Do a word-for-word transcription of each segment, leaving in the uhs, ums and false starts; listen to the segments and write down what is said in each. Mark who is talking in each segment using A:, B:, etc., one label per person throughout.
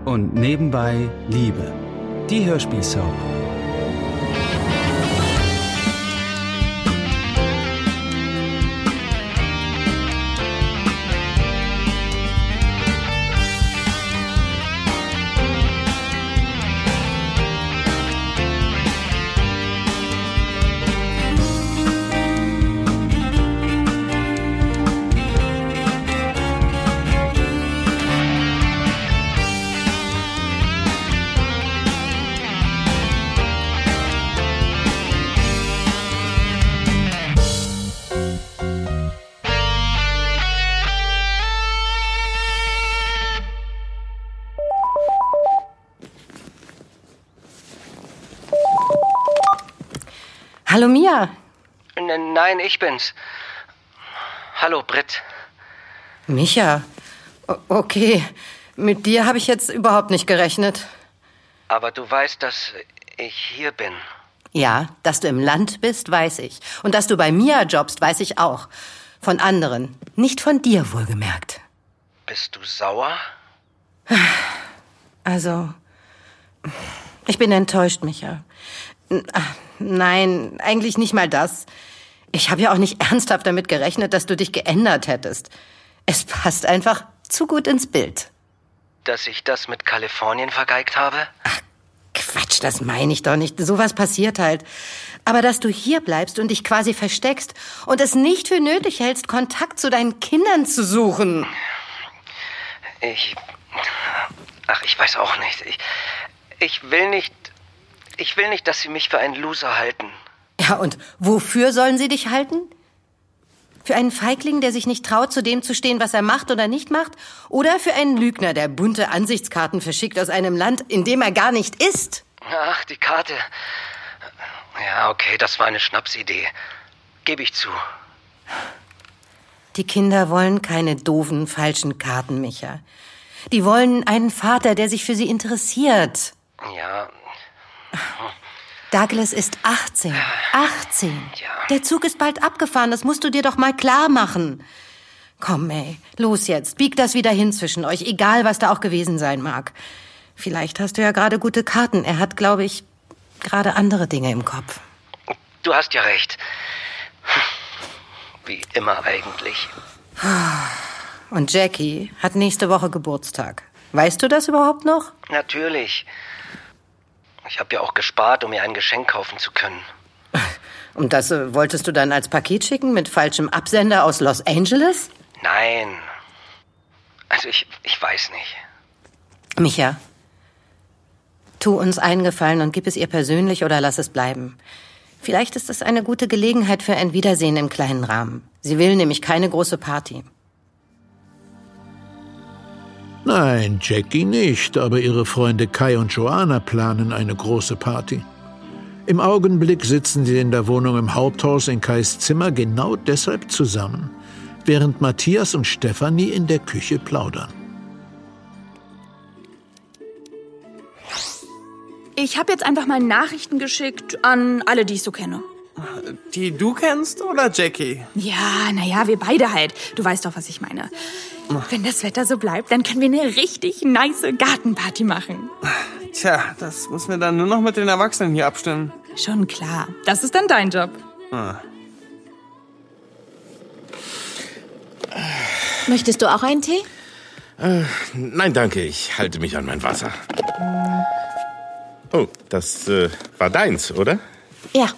A: und nebenbei Liebe. Die Hörspielsoap.
B: Hallo Mia.
C: N- Nein, ich bin's. Hallo Britt.
B: Micha. O- okay, mit dir habe ich jetzt überhaupt nicht gerechnet.
C: Aber du weißt, dass ich hier bin.
B: Ja, dass du im Land bist, weiß ich. Und dass du bei Mia jobbst, weiß ich auch. Von anderen. Nicht von dir, wohlgemerkt.
C: Bist du sauer?
B: Also, ich bin enttäuscht, Micha. Nein, eigentlich nicht mal das. Ich habe ja auch nicht ernsthaft damit gerechnet, dass du dich geändert hättest. Es passt einfach zu gut ins Bild.
C: Dass ich das mit Kalifornien vergeigt habe?
B: Ach, Quatsch, das meine ich doch nicht. Sowas passiert halt. Aber dass du hier bleibst und dich quasi versteckst und es nicht für nötig hältst, Kontakt zu deinen Kindern zu suchen.
C: Ich... Ach, ich weiß auch nicht. Ich, ich will nicht... Ich will nicht, dass sie mich für einen Loser halten.
B: Ja, und wofür sollen sie dich halten? Für einen Feigling, der sich nicht traut, zu dem zu stehen, was er macht oder nicht macht? Oder für einen Lügner, der bunte Ansichtskarten verschickt aus einem Land, in dem er gar nicht ist?
C: Ach, die Karte. Ja, okay, das war eine Schnapsidee. Gebe ich zu.
B: Die Kinder wollen keine doofen, falschen Karten, Micha. Die wollen einen Vater, der sich für sie interessiert.
C: Ja...
B: Douglas ist achtzehn. achtzehn.
C: Ja.
B: Der Zug ist bald abgefahren, das musst du dir doch mal klar machen. Komm, ey, los jetzt, bieg das wieder hin zwischen euch, egal was da auch gewesen sein mag. Vielleicht hast du ja gerade gute Karten. Er hat, glaube ich, gerade andere Dinge im Kopf.
C: Du hast ja recht. Wie immer eigentlich.
B: Und Jackie hat nächste Woche Geburtstag. Weißt du das überhaupt noch?
C: Natürlich. Ich habe ja auch gespart, um ihr ein Geschenk kaufen zu können.
B: Und das äh, wolltest du dann als Paket schicken mit falschem Absender aus Los Angeles?
C: Nein. Also ich, ich weiß nicht.
B: Micha, tu uns einen Gefallen und gib es ihr persönlich oder lass es bleiben. Vielleicht ist es eine gute Gelegenheit für ein Wiedersehen im kleinen Rahmen. Sie will nämlich keine große Party.
D: Nein, Jackie nicht, aber ihre Freunde Kai und Joanna planen eine große Party. Im Augenblick sitzen sie in der Wohnung im Haupthaus in Kais Zimmer genau deshalb zusammen, während Matthias und Stefanie in der Küche plaudern.
E: Ich habe jetzt einfach mal Nachrichten geschickt an alle, die ich so kenne.
F: Die du kennst oder Jackie?
E: Ja, naja, wir beide halt. Du weißt doch, was ich meine. Wenn das Wetter so bleibt, dann können wir eine richtig nice Gartenparty machen.
F: Tja, das müssen wir dann nur noch mit den Erwachsenen hier abstimmen.
E: Schon klar. Das ist dann dein Job.
F: Ah.
G: Möchtest du auch einen Tee?
H: Äh, nein, danke. Ich halte mich an mein Wasser. Oh, das äh, war deins, oder?
G: Ja.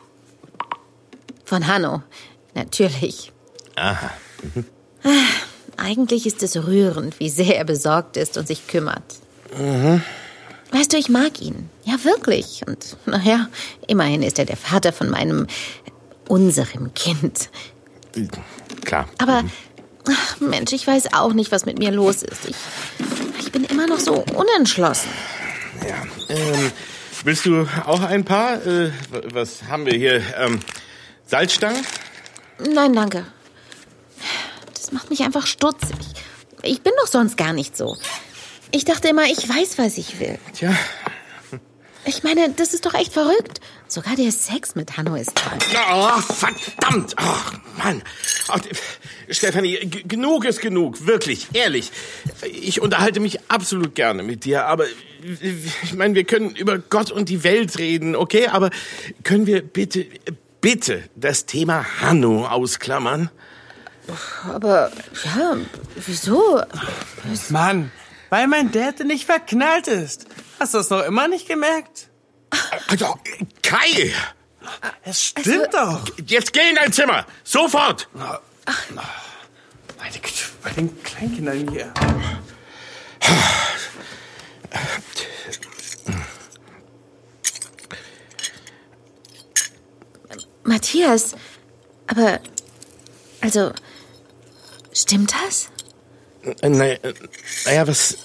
G: Von Hanno. Natürlich.
H: Aha. Mhm.
G: Eigentlich ist es rührend, wie sehr er besorgt ist und sich kümmert.
H: Mhm.
G: Weißt du, ich mag ihn. Ja, wirklich. Und naja, immerhin ist er der Vater von meinem, unserem Kind.
H: Klar.
G: Aber, ach, Mensch, ich weiß auch nicht, was mit mir los ist. Ich, ich bin immer noch so unentschlossen.
H: Ja. Ähm, willst du auch ein paar? Äh, was haben wir hier? Ähm, Salzstangen?
G: Nein, danke. Das macht mich einfach stutzig. Ich bin doch sonst gar nicht so. Ich dachte immer, ich weiß, was ich will.
H: Tja,
G: Ich meine, das ist doch echt verrückt. Sogar der Sex mit Hanno ist toll.
H: Oh, verdammt. Oh, Mann. Oh, Stefanie, g- genug ist genug. Wirklich, ehrlich. Ich unterhalte mich absolut gerne mit dir, aber ich meine, wir können über Gott und die Welt reden, okay? Aber können wir bitte, bitte das Thema Hanno ausklammern?
G: Aber, ja, wieso?
F: Mann, weil mein Dad nicht verknallt ist. Hast du das noch immer nicht gemerkt?
H: Also, Kai!
F: Es stimmt
G: also,
F: doch.
H: Jetzt geh in dein Zimmer! Sofort!
F: Meine Güte, bei den Kleinkindern hier.
G: Matthias, aber, also, stimmt das?
H: Naja, naja, was...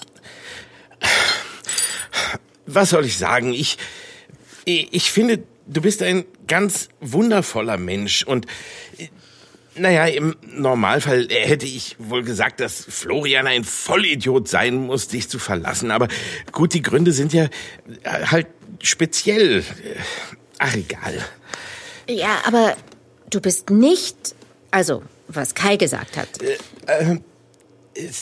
H: Was soll ich sagen? Ich, ich finde, du bist ein ganz wundervoller Mensch und... Naja, im Normalfall hätte ich wohl gesagt, dass Florian ein Vollidiot sein muss, dich zu verlassen. Aber gut, die Gründe sind ja halt speziell. Ach, egal.
G: Ja, aber du bist nicht, also, was Kai gesagt hat.
H: Äh, äh, ist,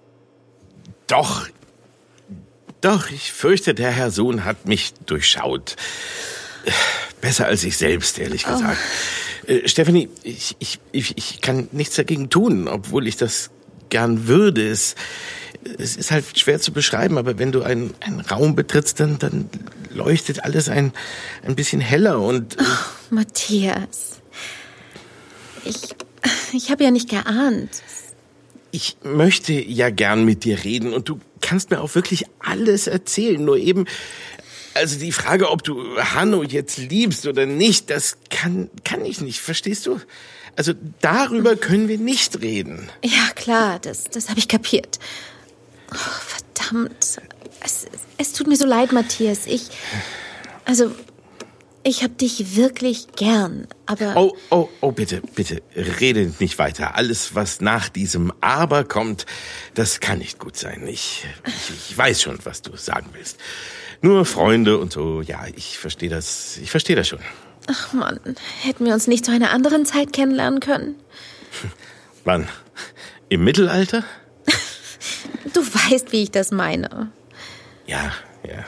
H: doch, doch, ich fürchte, der Herr Sohn hat mich durchschaut. Besser als ich selbst, ehrlich gesagt. Oh. Äh, Stefanie, ich, ich, ich, ich kann nichts dagegen tun, obwohl ich das gern würde. Es, es ist halt schwer zu beschreiben, aber wenn du einen, einen Raum betrittst, dann, dann leuchtet alles ein, ein bisschen heller und...
G: Oh, Matthias, ich, ich habe ja nicht geahnt.
H: Ich möchte ja gern mit dir reden und du kannst mir auch wirklich alles erzählen, nur eben... Also die Frage, ob du Hanno jetzt liebst oder nicht, das kann, kann ich nicht, verstehst du? Also darüber können wir nicht reden.
G: Ja, klar, das, das habe ich kapiert. Oh, verdammt. Es, es tut mir so leid, Matthias. Ich, also, ich habe dich wirklich gern, aber...
H: Oh, oh, oh, bitte, bitte, rede nicht weiter. Alles, was nach diesem Aber kommt, das kann nicht gut sein. Ich, ich, ich weiß schon, was du sagen willst. Nur Freunde und so, ja, ich verstehe das, ich verstehe das schon.
G: Ach Mann, hätten wir uns nicht zu einer anderen Zeit kennenlernen können?
H: Wann? Im Mittelalter?
G: Du weißt, wie ich das meine.
H: Ja, ja.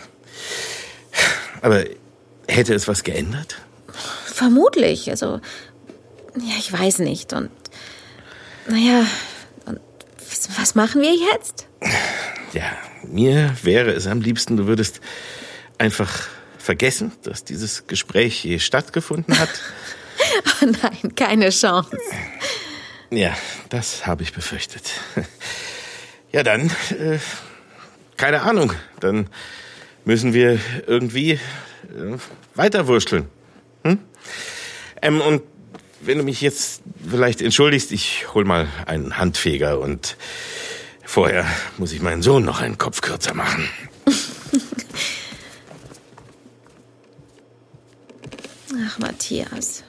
H: Aber hätte es was geändert?
G: Vermutlich, also, ja, ich weiß nicht. Und, naja, und was, was machen wir jetzt?
H: Ja, mir wäre es am liebsten, du würdest einfach vergessen, dass dieses Gespräch je stattgefunden hat.
G: Oh nein, keine Chance.
H: Ja, das habe ich befürchtet. Ja, dann, äh, keine Ahnung, dann müssen wir irgendwie äh, weiterwursteln. Hm? Ähm, und wenn du mich jetzt vielleicht entschuldigst, ich hol mal einen Handfeger und vorher muss ich meinen Sohn noch einen Kopf kürzer machen.
G: Ach, Matthias.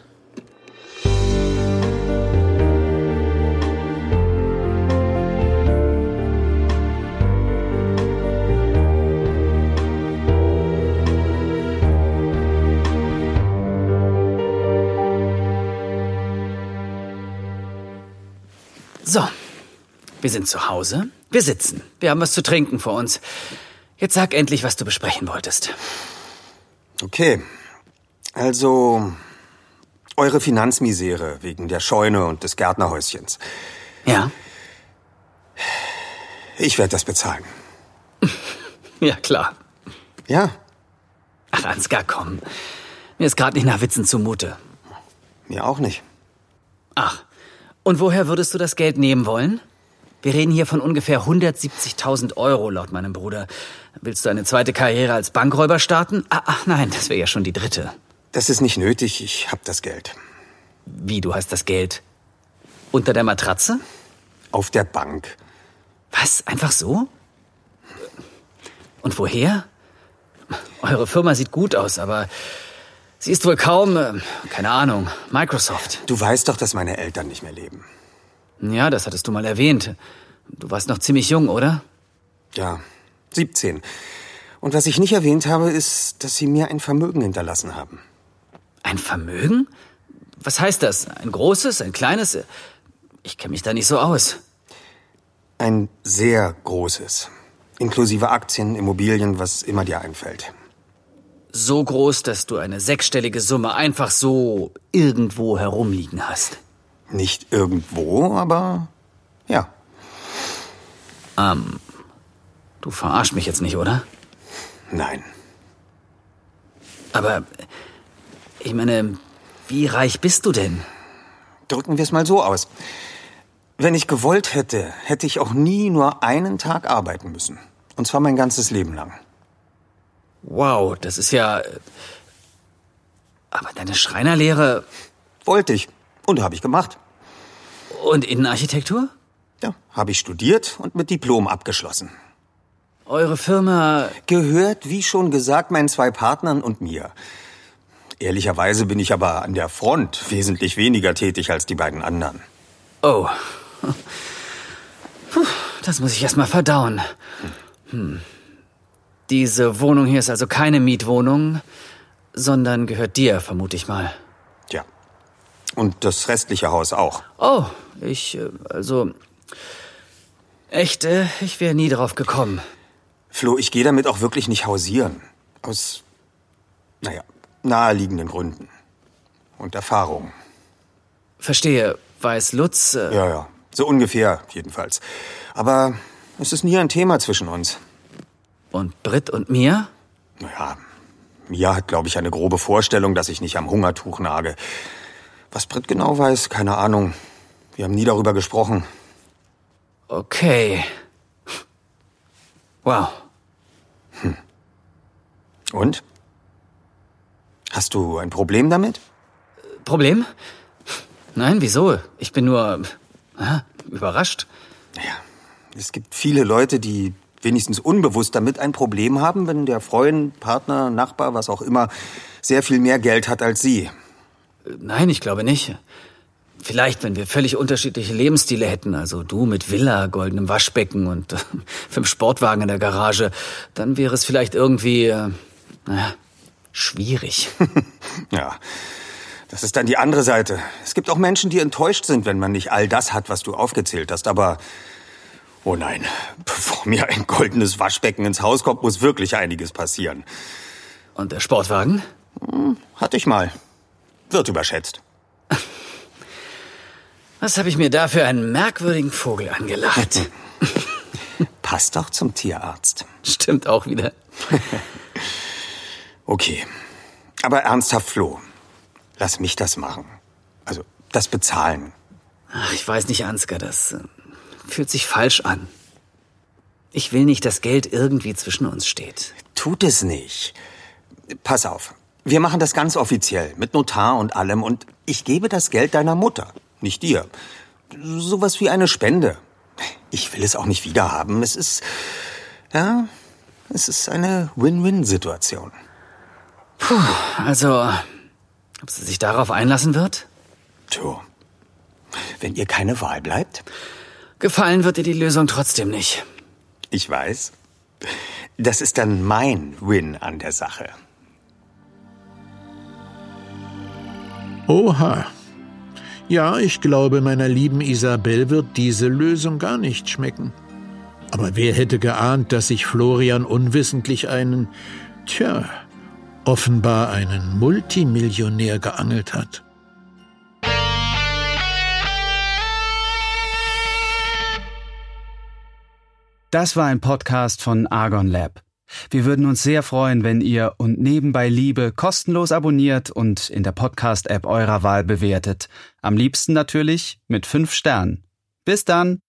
A: So, wir sind zu Hause. Wir sitzen. Wir haben was zu trinken vor uns. Jetzt sag endlich, was du besprechen wolltest.
I: Okay. Also, eure Finanzmisere wegen der Scheune und des Gärtnerhäuschens.
A: Ja?
I: Ich werde das bezahlen.
A: Ja, klar.
I: Ja?
A: Ach, Ansgar, komm. Mir ist gerade nicht nach Witzen zumute.
I: Mir auch nicht.
A: Ach, und woher würdest du das Geld nehmen wollen? Wir reden hier von ungefähr hundertsiebzigtausend Euro, laut meinem Bruder. Willst du eine zweite Karriere als Bankräuber starten? Ah, ach nein, das wäre ja schon die dritte.
I: Das ist nicht nötig, ich hab das Geld.
A: Wie, du hast das Geld? Unter der Matratze?
I: Auf der Bank.
A: Was, einfach so? Und woher? Eure Firma sieht gut aus, aber sie ist wohl kaum, äh, keine Ahnung, Microsoft.
I: Du weißt doch, dass meine Eltern nicht mehr leben.
A: Ja, das hattest du mal erwähnt. Du warst noch ziemlich jung, oder?
I: Ja, siebzehn. Und was ich nicht erwähnt habe, ist, dass Sie mir ein Vermögen hinterlassen haben.
A: Ein Vermögen? Was heißt das? Ein großes, ein kleines? Ich kenne mich da nicht so aus.
I: Ein sehr großes. Inklusive Aktien, Immobilien, was immer dir einfällt.
A: So groß, dass du eine sechsstellige Summe einfach so irgendwo herumliegen hast.
I: Nicht irgendwo, aber ja.
A: Ähm, du verarschst mich jetzt nicht, oder?
I: Nein.
A: Aber, ich meine, wie reich bist du denn?
I: Drücken wir es mal so aus. Wenn ich gewollt hätte, hätte ich auch nie nur einen Tag arbeiten müssen. Und zwar mein ganzes Leben lang.
A: Wow, das ist ja... Aber deine Schreinerlehre...
I: Wollte ich. Und habe ich gemacht.
A: Und Innenarchitektur?
I: Ja, habe ich studiert und mit Diplom abgeschlossen.
A: Eure Firma...
I: Gehört, wie schon gesagt, meinen zwei Partnern und mir. Ehrlicherweise bin ich aber an der Front wesentlich weniger tätig als die beiden anderen.
A: Oh. Puh, das muss ich erst mal verdauen. Hm. Diese Wohnung hier ist also keine Mietwohnung, sondern gehört dir, vermute ich mal.
I: Tja. Und das restliche Haus auch.
A: Oh, ich, also... Echt, äh, ich wäre nie drauf gekommen.
I: Flo, ich gehe damit auch wirklich nicht hausieren. Aus, naja, naheliegenden Gründen. Und Erfahrung.
A: Verstehe. Weiß Lutz... Äh
I: ja, ja. So ungefähr, jedenfalls. Aber es ist nie ein Thema zwischen uns.
A: Und Britt und Mia?
I: Naja, Mia hat, glaube ich, eine grobe Vorstellung, dass ich nicht am Hungertuch nage. Was Britt genau weiß, keine Ahnung. Wir haben nie darüber gesprochen.
A: Okay. Wow.
I: Hm. Und? Hast du ein Problem damit?
A: Problem? Nein, wieso? Ich bin nur äh, überrascht.
I: Naja, es gibt viele Leute, die wenigstens unbewusst damit ein Problem haben, wenn der Freund, Partner, Nachbar, was auch immer, sehr viel mehr Geld hat als sie.
A: Nein, ich glaube nicht. Vielleicht, wenn wir völlig unterschiedliche Lebensstile hätten, also du mit Villa, goldenem Waschbecken und äh, fünf Sportwagen in der Garage, dann wäre es vielleicht irgendwie, äh, naja, schwierig.
I: Ja, das ist dann die andere Seite. Es gibt auch Menschen, die enttäuscht sind, wenn man nicht all das hat, was du aufgezählt hast. Aber, oh nein, bevor mir ein goldenes Waschbecken ins Haus kommt, muss wirklich einiges passieren.
A: Und der Sportwagen?
I: Hm, hatte ich mal. Wird überschätzt.
A: Was habe ich mir da für einen merkwürdigen Vogel angelacht?
I: Passt doch zum Tierarzt.
A: Stimmt auch wieder.
I: Okay, aber ernsthaft, Flo. Lass mich das machen. Also, das bezahlen.
A: Ach, ich weiß nicht, Ansgar, das äh, fühlt sich falsch an. Ich will nicht, dass Geld irgendwie zwischen uns steht.
I: Tut es nicht. Pass auf, wir machen das ganz offiziell, mit Notar und allem. Und ich gebe das Geld deiner Mutter, nicht dir. Sowas wie eine Spende. Ich will es auch nicht wiederhaben. Es ist, ja, es ist eine Win-Win-Situation.
A: Puh, also, ob sie sich darauf einlassen wird?
I: Tja, wenn ihr keine Wahl bleibt?
A: Gefallen wird dir die Lösung trotzdem nicht.
I: Ich weiß. Das ist dann mein Win an der Sache.
D: Oha. Ja, ich glaube, meiner lieben Isabel wird diese Lösung gar nicht schmecken. Aber wer hätte geahnt, dass sich Florian unwissentlich einen, tja, offenbar einen Multimillionär geangelt hat.
J: Das war ein Podcast von Argon Lab. Wir würden uns sehr freuen, wenn ihr Und nebenbei Liebe kostenlos abonniert und in der Podcast-App eurer Wahl bewertet. Am liebsten natürlich mit fünf Sternen. Bis dann!